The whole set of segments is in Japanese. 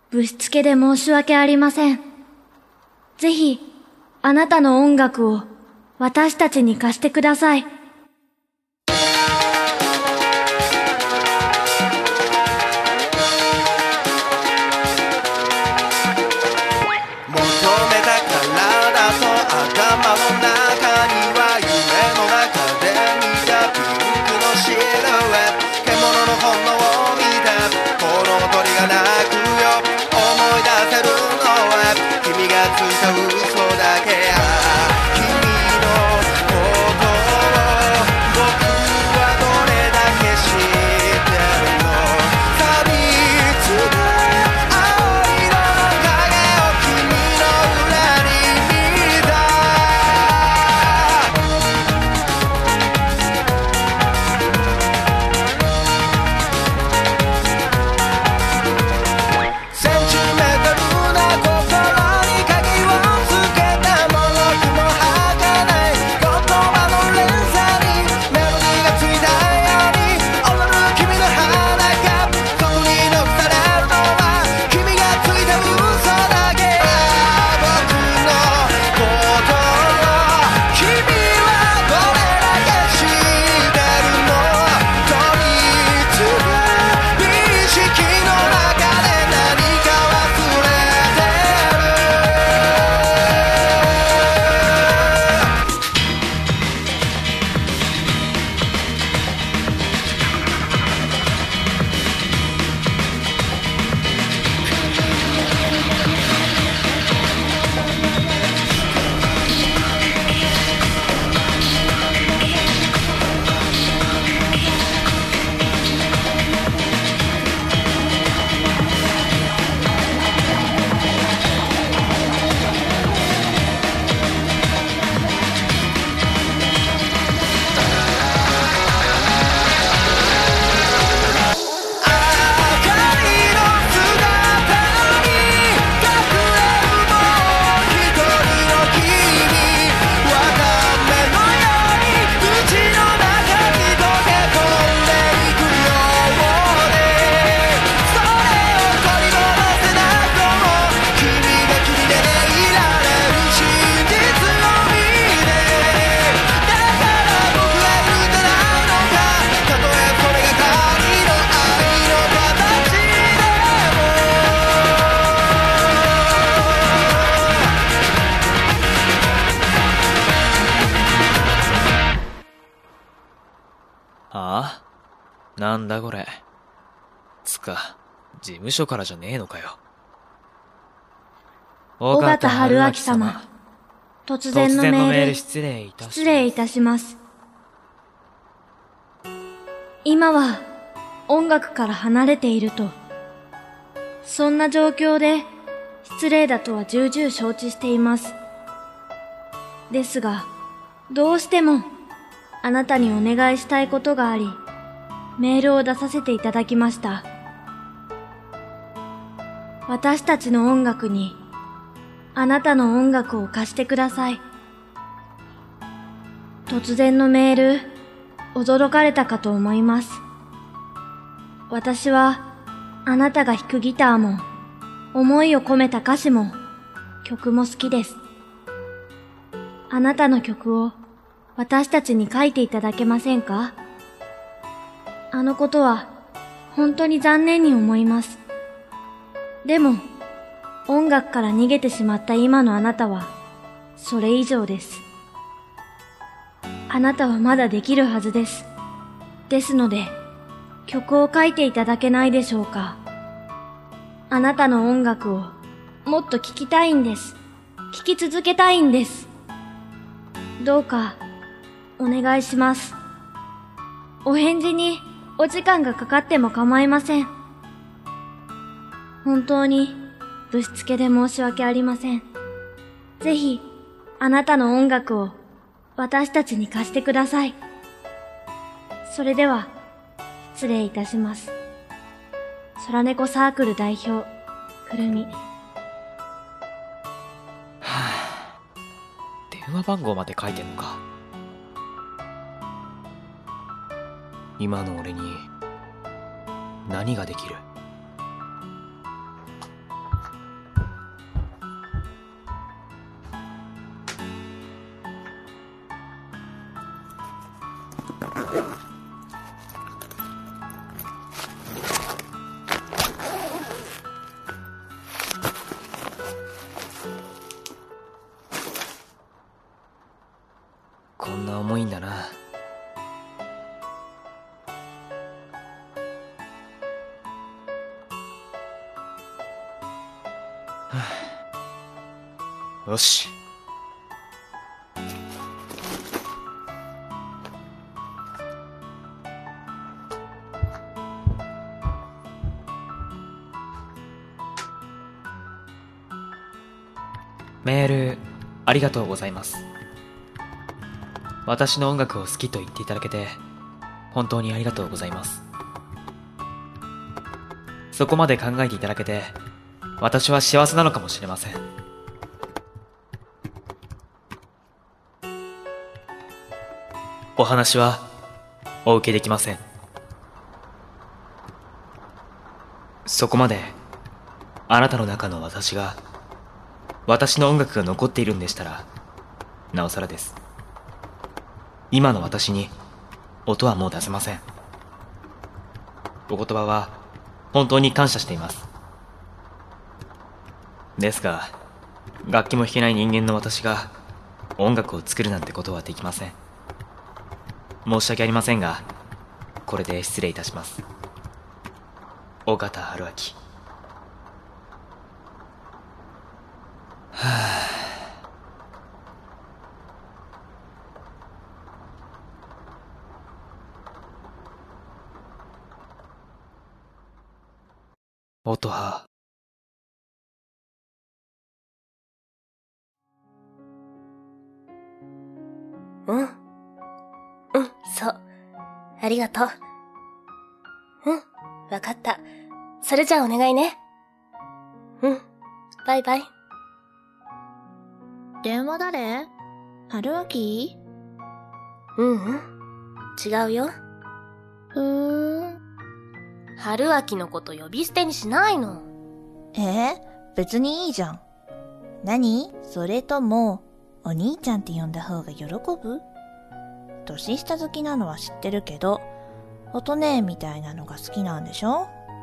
ぶしつけで申し訳ありません。ぜひ、あなたの音楽を私たちに貸してください。 ああ？なんだこれ。つか、事務所からじゃねえのかよ。 尾形春明様、突然のメール失礼いたします。今は音楽から離れていると、そんな状況で失礼だとは重々承知しています。ですが、どうしてもあなたにお願いしたいことがあり、メールを出させていただきました。私たちの音楽に、あなたの音楽を貸してください。突然のメール、驚かれたかと思います。私は、あなたが弾くギターも、思いを込めた歌詞も、曲も好きです。あなたの曲を、私たちに書いていただけませんか？あのことは、本当に残念に思います。でも、音楽から逃げてしまった今のあなたは、それ以上です。あなたはまだできるはずです。ですので、曲を書いていただけないでしょうか。あなたの音楽を、もっと聴きたいんです。聴き続けたいんです。どうか、お願いします。お返事にお時間がかかっても構いません。本当にぶしつけで申し訳ありません。ぜひ、あなたの音楽を私たちに貸してください。それでは、失礼いたします。空猫サークル代表、くるみ。 電話番号まで書いてんのか。今の俺に何ができる？ こんな重いんだな。よし。メールありがとうございます。私の音楽を好きと言っていただけて本当にありがとうございます。そこまで考えていただけて私は幸せなのかもしれません。お話はお受けできません。そこまであなたの中の私の音楽が残っているんでしたらなおさらです。今の私に音はもう出せません。お言葉は本当に感謝しています。ですが楽器も弾けない人間の私が音楽を作るなんてことはできません。申し訳ありませんがこれで失礼いたします。尾形春明。音羽。 そう。ありがとう。わかった。それじゃあお願いね。バイバイ。 電話誰？春明？ 違うよ。春明のこと呼び捨てにしないの。 別にいいじゃん。何？それとも、お兄ちゃんって呼んだ方が喜ぶ？年下好きなのは知ってるけど、音姉みたいなのが好きなんでしょ？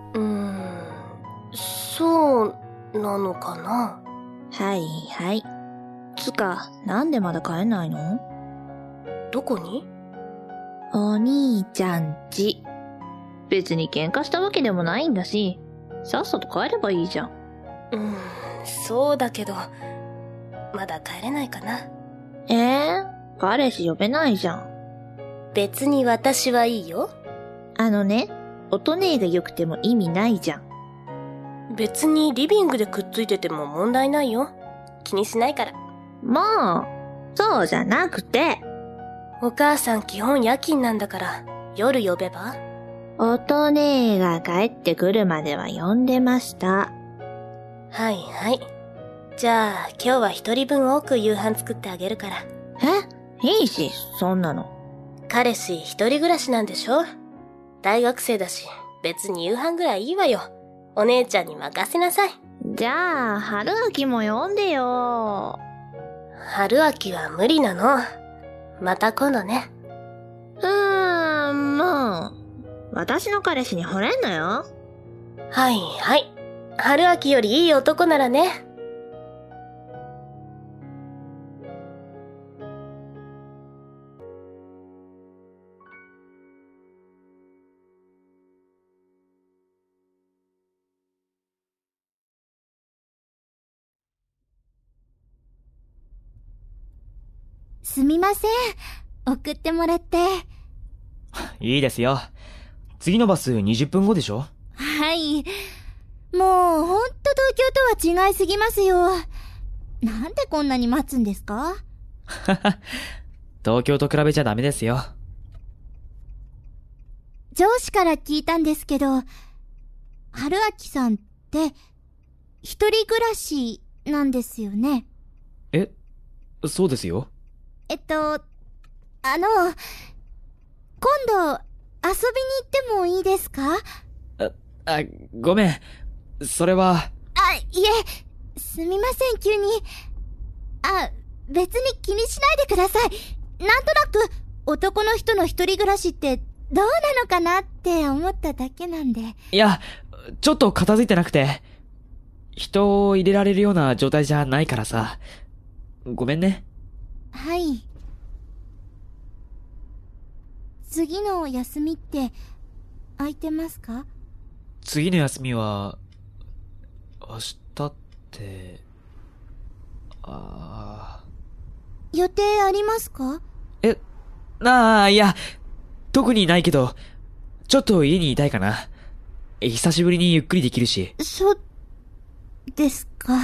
そうなのかな？ はいはい。つか、なんでまだ帰んないの？ どこに？ お兄ちゃんち。別に喧嘩したわけでもないんだし、さっさと帰ればいいじゃん。 そうだけど、まだ帰れないかな。 彼氏呼べないじゃん。 別に私はいいよ。 音姉が良くても意味ないじゃん。 別にリビングでくっついてても問題ないよ。気にしないから。 もう、そうじゃなくて。 お母さん基本夜勤なんだから、夜呼べば？ 音姉が帰ってくるまでは呼んでました。 はいはい。じゃあ、今日は一人分多く夕飯作ってあげるから。 いいし、そんなの。 彼氏一人暮らしなんでしょ？大学生だし、別に夕飯ぐらいいいわよ。お姉ちゃんに任せなさい。 じゃあ、春明も呼んでよ。 春明は無理なの。また今度ね。 もう。私の彼氏に惚れんのよ。 はいはい。春明よりいい男ならね。 すみません。送ってもらって。 いいですよ。次のバス20分後でしょ？ はい。もう、ほんと東京とは違いすぎますよ。なんでこんなに待つんですか？ 東京と比べちゃダメですよ。 上司から聞いたんですけど、春明さんって、一人暮らしなんですよね。 そうですよ。 今度、遊びに行ってもいいですか？ ごめん。それは。 いえ、すみません、急に。別に気にしないでください。なんとなく、 男の人の一人暮らしってどうなのかなって思っただけなんで。 いや、ちょっと片付いてなくて。人を入れられるような状態じゃないからさ。ごめんね。 はい。次の休みって空いてますか？ 次の休みは、明日って、 予定ありますか？ いや、特にないけど、ちょっと家にいたいかな。久しぶりにゆっくりできるし。 そうですか。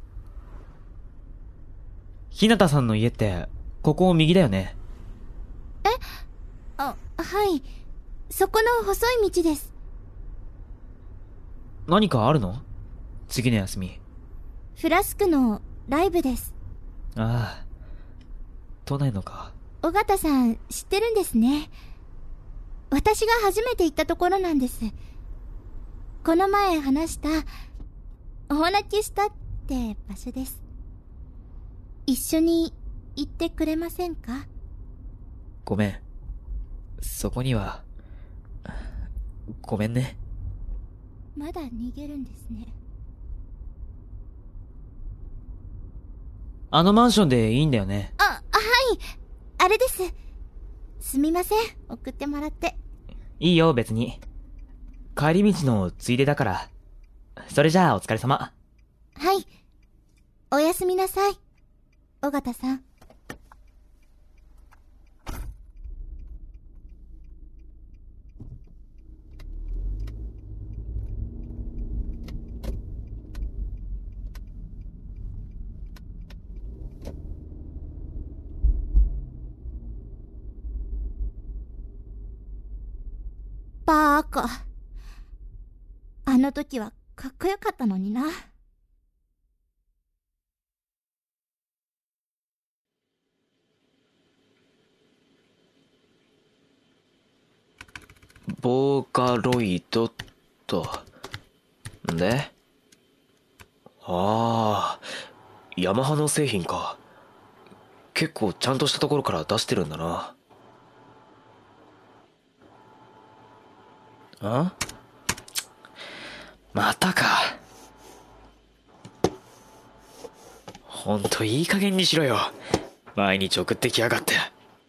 ひなたさんの家って、ここ右だよね。 はい。そこの細い道です。 何かあるの？次の休み。 フラスクのライブです。 ああ。都内のか。 尾形さん知ってるんですね。私が初めて行ったところなんです。この前話した、大泣きしたって場所です。一緒に行ってくれませんか？ ごめん。そこには、ごめんね。 まだ逃げるんですね。 あのマンションでいいんだよね。 はい。あれです。すみません。送ってもらって。 いいよ、別に。帰り道のついでだから。それじゃあ、お疲れ様。 はい。おやすみなさい。尾形さん。バーカ。あの時はかっこよかったのにな。 ボーカロイドと。で？ヤマハの製品か。結構ちゃんとしたところから出してるんだな。またか。ほんといい加減にしろよ。毎日送ってきやがって。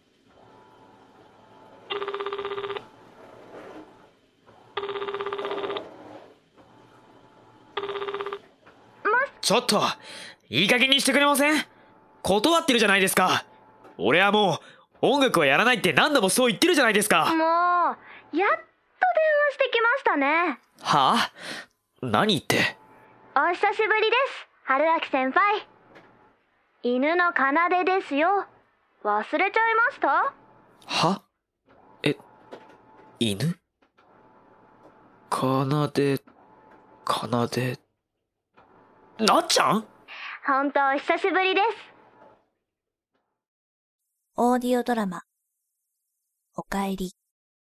ちょっといい加減にしてくれません？断ってるじゃないですか。俺はもう音楽はやらないって何度もそう言ってるじゃないですか。 もうやっと電話してきましたね。 はあ？何言って。 お久しぶりです、春明先輩。犬の奏ですよ。忘れちゃいました？ は？犬？奏なっちゃん？ ほんとお久しぶりです。 オーディオドラマ、おかえり。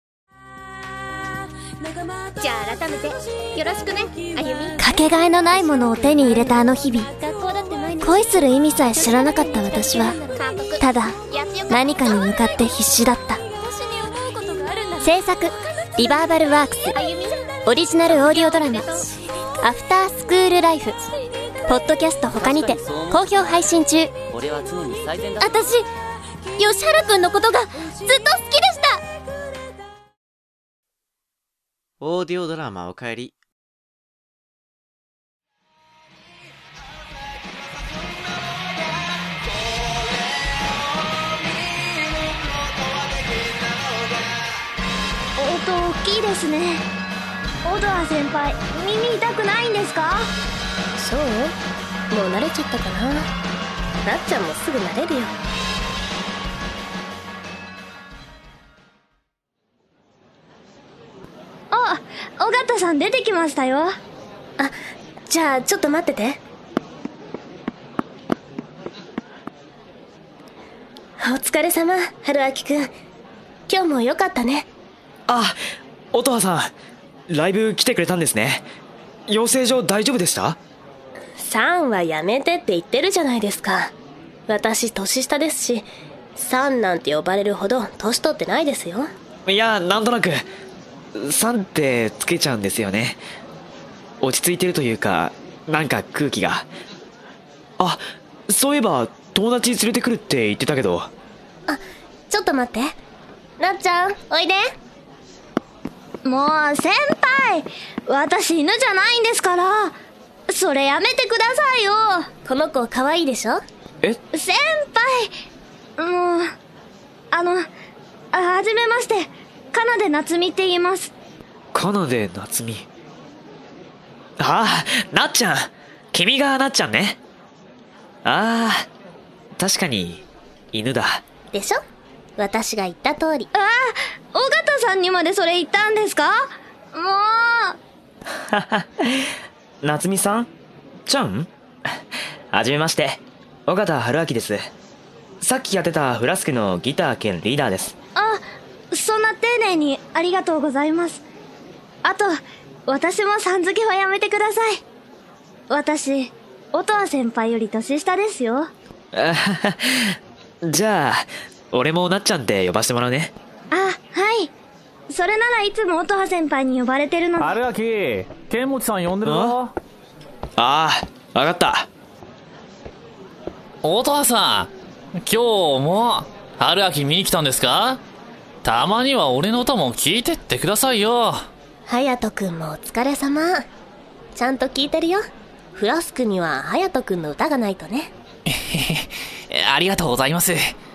じゃあ改めてよろしくね、あゆみ。 かけがえのないものを手に入れたあの日々、 学校だって毎日恋する意味さえ知らなかった私は、ただ何かに向かって必死だった。制作リバーバルワークスオリジナルオーディオドラマアフタースクールライフ、ポッドキャスト他にて好評配信中。私吉原くんのことがずっと好きでした。 オーディオドラマおかえり。 音大きいですね。オドア先輩、耳痛くないんですか？ そう？もう慣れちゃったかな。なっちゃんもすぐ慣れるよ。 あ、尾形さん出てきましたよ。 じゃあちょっと待ってて。お疲れ様、春明くん。今日もよかったね。 音羽さん、ライブ来てくれたんですね。養成所大丈夫でした？ さんはやめてって言ってるじゃないですか。私年下ですし、 さんなんて呼ばれるほど年取ってないですよ。 いや、なんとなく、さんってつけちゃうんですよね。落ち着いてるというか、なんか空気が。あ、そういえば、友達連れてくるって言ってたけど。 あ、ちょっと待って。なっちゃん、おいで。 もう、先輩、私犬じゃないんですから。それやめてくださいよ。 この子可愛いでしょ？ え？ 先輩、もう、はじめまして、かなでなつみって言います。 かなでなつみ。ああ、なっちゃん。君がなっちゃんね。ああ、確かに、犬だ。 でしょ？私が言った通り。 ああ、尾形さんにまでそれ言ったんですか？もう。なつみさんちゃんはじめまして。尾形春明です。さっきやってたフラスケのギター兼リーダーです。 あ、そんな丁寧にありがとうございます。あと、私もさん付けはやめてください。私、音羽先輩より年下ですよ。 じゃあ、俺もなっちゃんって呼ばしてもらうね。 あ、はい。それならいつも音羽先輩に呼ばれてるので。 春明、剣持さん呼んでるぞ。 ああ、わかった。 音羽さん、今日も春明見に来たんですか？たまには俺の歌も聞いてってくださいよ。 隼人くんもお疲れ様。ちゃんと聞いてるよ。フラスクには隼人くんの歌がないとね。 ありがとうございます。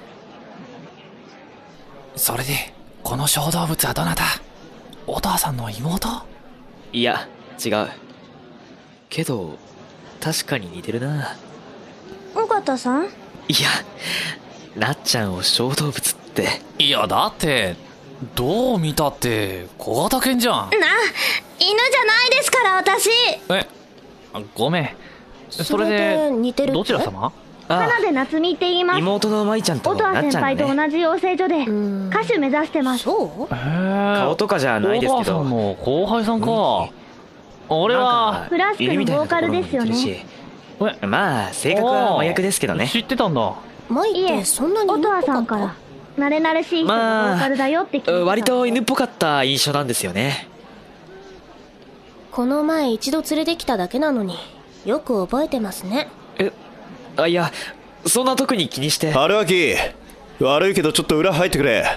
それで、この小動物はどなた？音羽さんの妹？ いや、違う。けど、確かに似てるな。 尾形さん？ いや、なっちゃんを小動物って。 いや、だって、どう見たって小型犬じゃん。 犬じゃないですから私。 ごめん。それで似てるってどちら様？ かなでなつみって言います。 妹の舞ちゃんと音羽なっちゃんね。 先輩と同じ養成所で歌手目指してます。 そう？ 顔とかじゃないですけど。 音羽さんの後輩さんか。俺はフラスクのボーカルですよね。 まあ性格は真逆ですけどね。 知ってたんだ。 舞ってそんなに音羽さんから慣れ慣れしい人がボーカルだよって聞いてた。 割と犬っぽかった印象なんですよね。 この前一度連れてきただけなのによく覚えてますね。 いや、そんな特に気にして。 春明、悪いけどちょっと裏入ってくれ。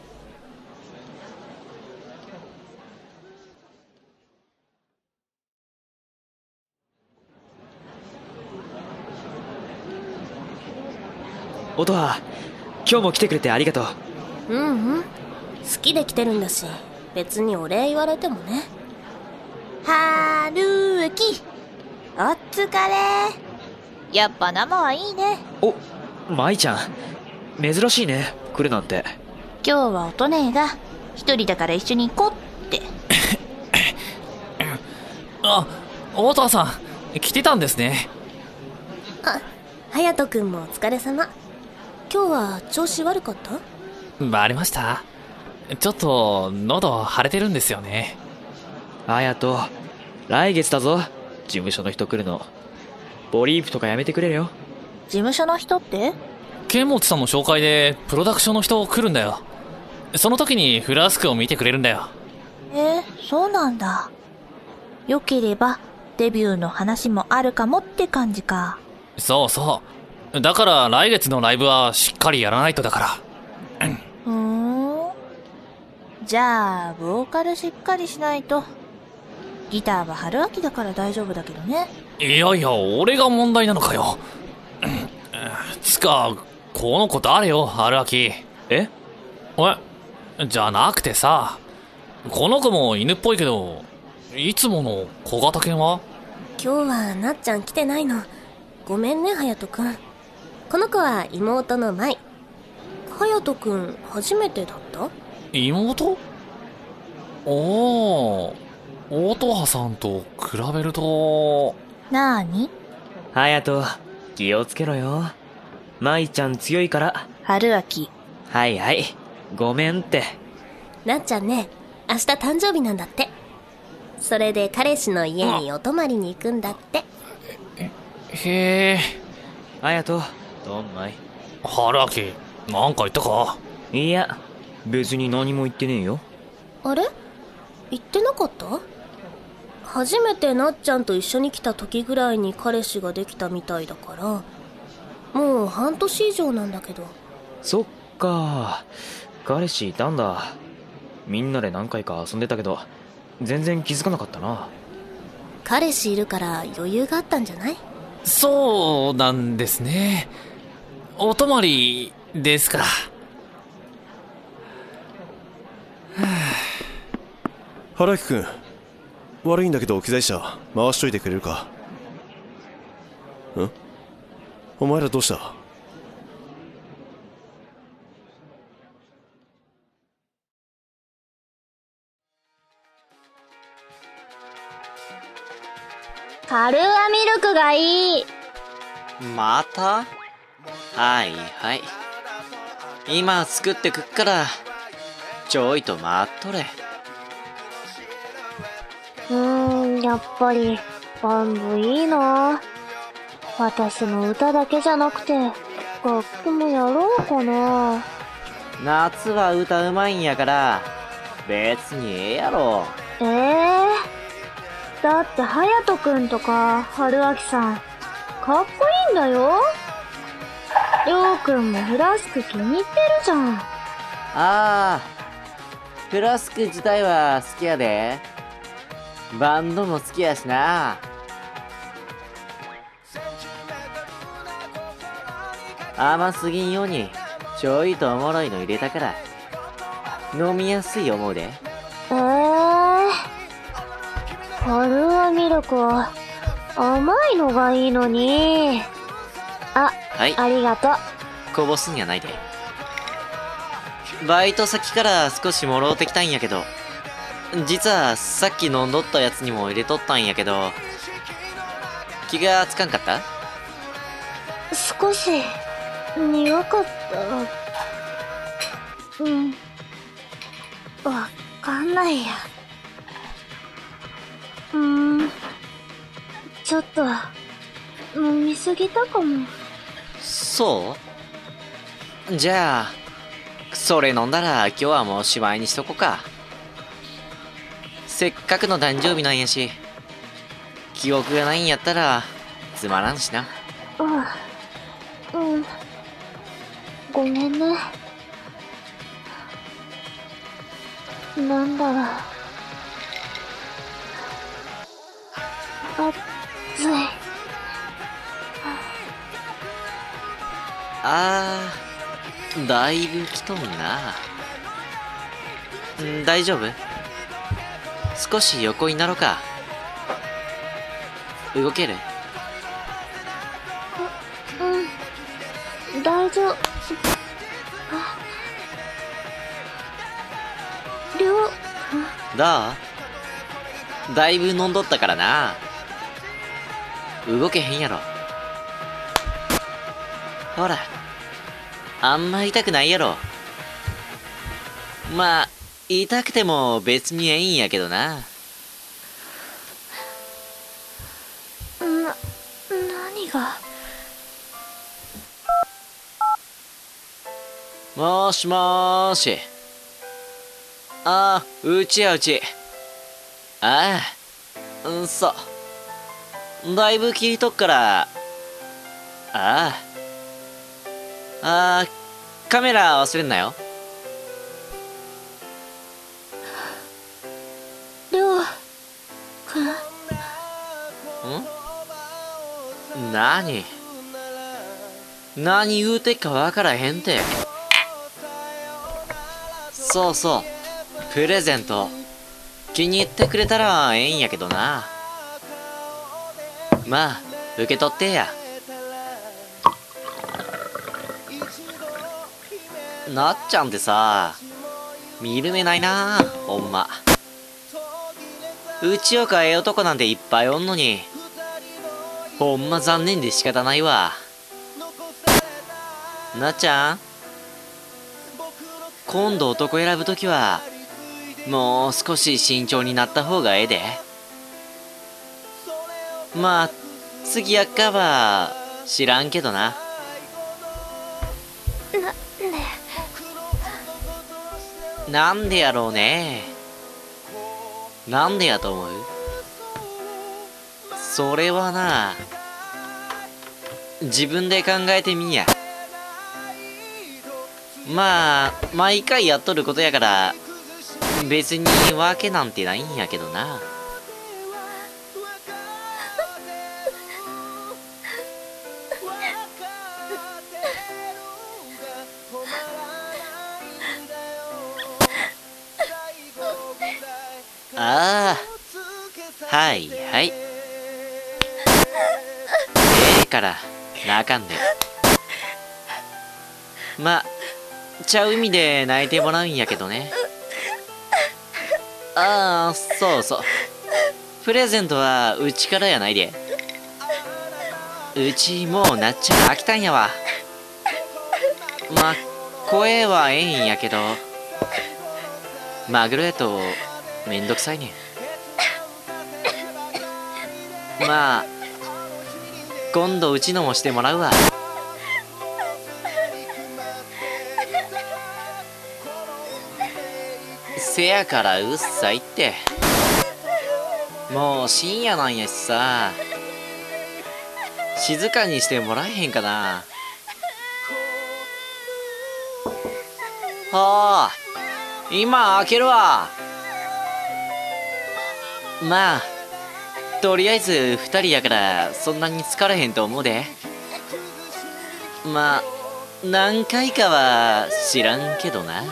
音羽、今日も来てくれてありがとう。 好きで来てるんだし、別にお礼言われてもね。 はるき、お疲れ。やっぱ生はいいね。 お、舞ちゃん、珍しいね、来るなんて。 今日はおとねえが一人だから一緒に行こうって。 あ、音羽さん、来てたんですね。 あ、隼人くんもお疲れ様。今日は調子悪かった？ バレました？ちょっと喉腫れてるんですよね。 隼人、来月だぞ、事務所の人来るの。ボリープとかやめてくれるよ。 事務所の人って？ 剣持さんの紹介でプロダクションの人来るんだよ。その時にフラスクを見てくれるんだよ。 そうなんだ。よければデビューの話もあるかもって感じか。 そうそう。だから来月のライブはしっかりやらないとだから。 じゃあボーカルしっかりしないと。ギターは春秋だから大丈夫だけどね。 いやいや、俺が問題なのかよ。つか、この子誰よ、春秋。じゃなくてさ、この子も犬っぽいけど、いつもの小型犬は？ 今日はなっちゃん来てないの。ごめんね、隼人くん。この子は妹の舞。隼人くん初めてだった？ 妹？音羽さんと比べると。 なーに？ 隼人、気をつけろよ。舞ちゃん強いから。 春秋。 はいはい、ごめんって。 なっちゃんね、明日誕生日なんだって。それで彼氏の家にお泊まりに行くんだって。 へえ。 隼人、どんまい。 春秋、 なんか言ったか？ いや、別に何も言ってねえよ。 あれ？言ってなかった？初めてなっちゃんと一緒に来た時ぐらいに彼氏ができたみたいだから、もう半年以上なんだけど。 そっか、彼氏いたんだ。みんなで何回か遊んでたけど、全然気づかなかったな。 彼氏いるから余裕があったんじゃない？ そうなんですね。お泊まりですか。 春明君、悪いんだけど機材車回しといてくれるか？ん？お前らどうした？ カルーアミルクがいい。 また？はいはい。今作ってくっから、ちょいと待っとれ。 やっぱりバンドいいな。私も歌だけじゃなくて楽器もやろうかな。 夏は歌うまいんやから、別にええやろ。 だって隼人くんとか春明さんかっこいいんだよ。りょうくんもフラスク気に入ってるじゃん。 ああ、フラスク自体は好きやで。バンドも好きやしな。甘すぎんようにちょいとおもろいの入れたから飲みやすい思うで。 カルーアミルクは甘いのがいいのに。 はい、 ありがとう。 こぼすんやないで。バイト先から少しもろうてきたんやけど、実はさっき飲んどったやつにも入れとったんやけど、気がつかんかった？ 少し苦かった。わかんないや。ちょっと飲みすぎたかも。 そう？じゃあそれ飲んだら今日はもうしまいにしとこか。せっかくの誕生日なんやし、記憶がないんやったらつまらんしな。 ごめんね。なんだろう、暑い。 だいぶ来とんな。大丈夫？少し横になろうか。動ける？ 大丈夫。りょう。 どう？だいぶ飲んどったからな。動けへんやろ。ほら、あんま痛くないやろ。まあ痛くても別にええんやけどな。 何が？ もしもーし。うちやうち。そう。だいぶ聞いとっから。カメラ忘れんなよ。 りょうくん。 何言うてっかわからへんて。そうそう、プレゼント気に入ってくれたらええんやけどな。まあ受け取ってや。なっちゃんってさ、見る目ないなほんま。うちよかええ男なんていっぱいおんのに、ほんま残念で仕方ないわ。なっちゃん、今度男選ぶときはもう少し慎重になった方がええで。まあ次やっかは知らんけどな。 ねなんでやろうね。なんでやと思う？それはな、自分で考えてみや。まあ毎回やっとることやから別にわけなんてないんやけどな。ああ、はいはい。から泣かんで。ま、ちゃう意味で泣いてもらうんやけどね。ああ、そうそう。プレゼントはうちからやないで。うちもうなっちゃん飽きたんやわ。ま、声はええんやけど、マグロやとめんどくさいねん。まあ、今度うちのもしてもらうわ。せやからうっさいって。もう深夜なんやしさ、静かにしてもらえへんかな。はあ、今開けるわ。まあとりあえず2人やからそんなに疲れへんと思うで。まあ何回かは知らんけどな。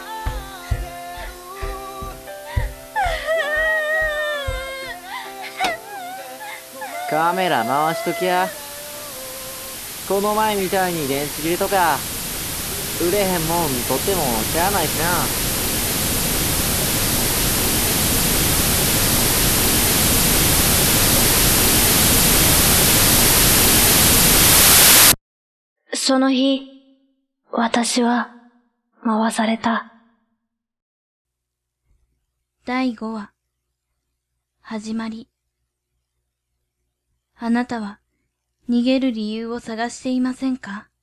カメラ回しときゃ。この前みたいに電池切れとか売れへんもんとってもしゃあないしな。 その日、私は回された。 第5話始まり。あなたは逃げる理由を探していませんか？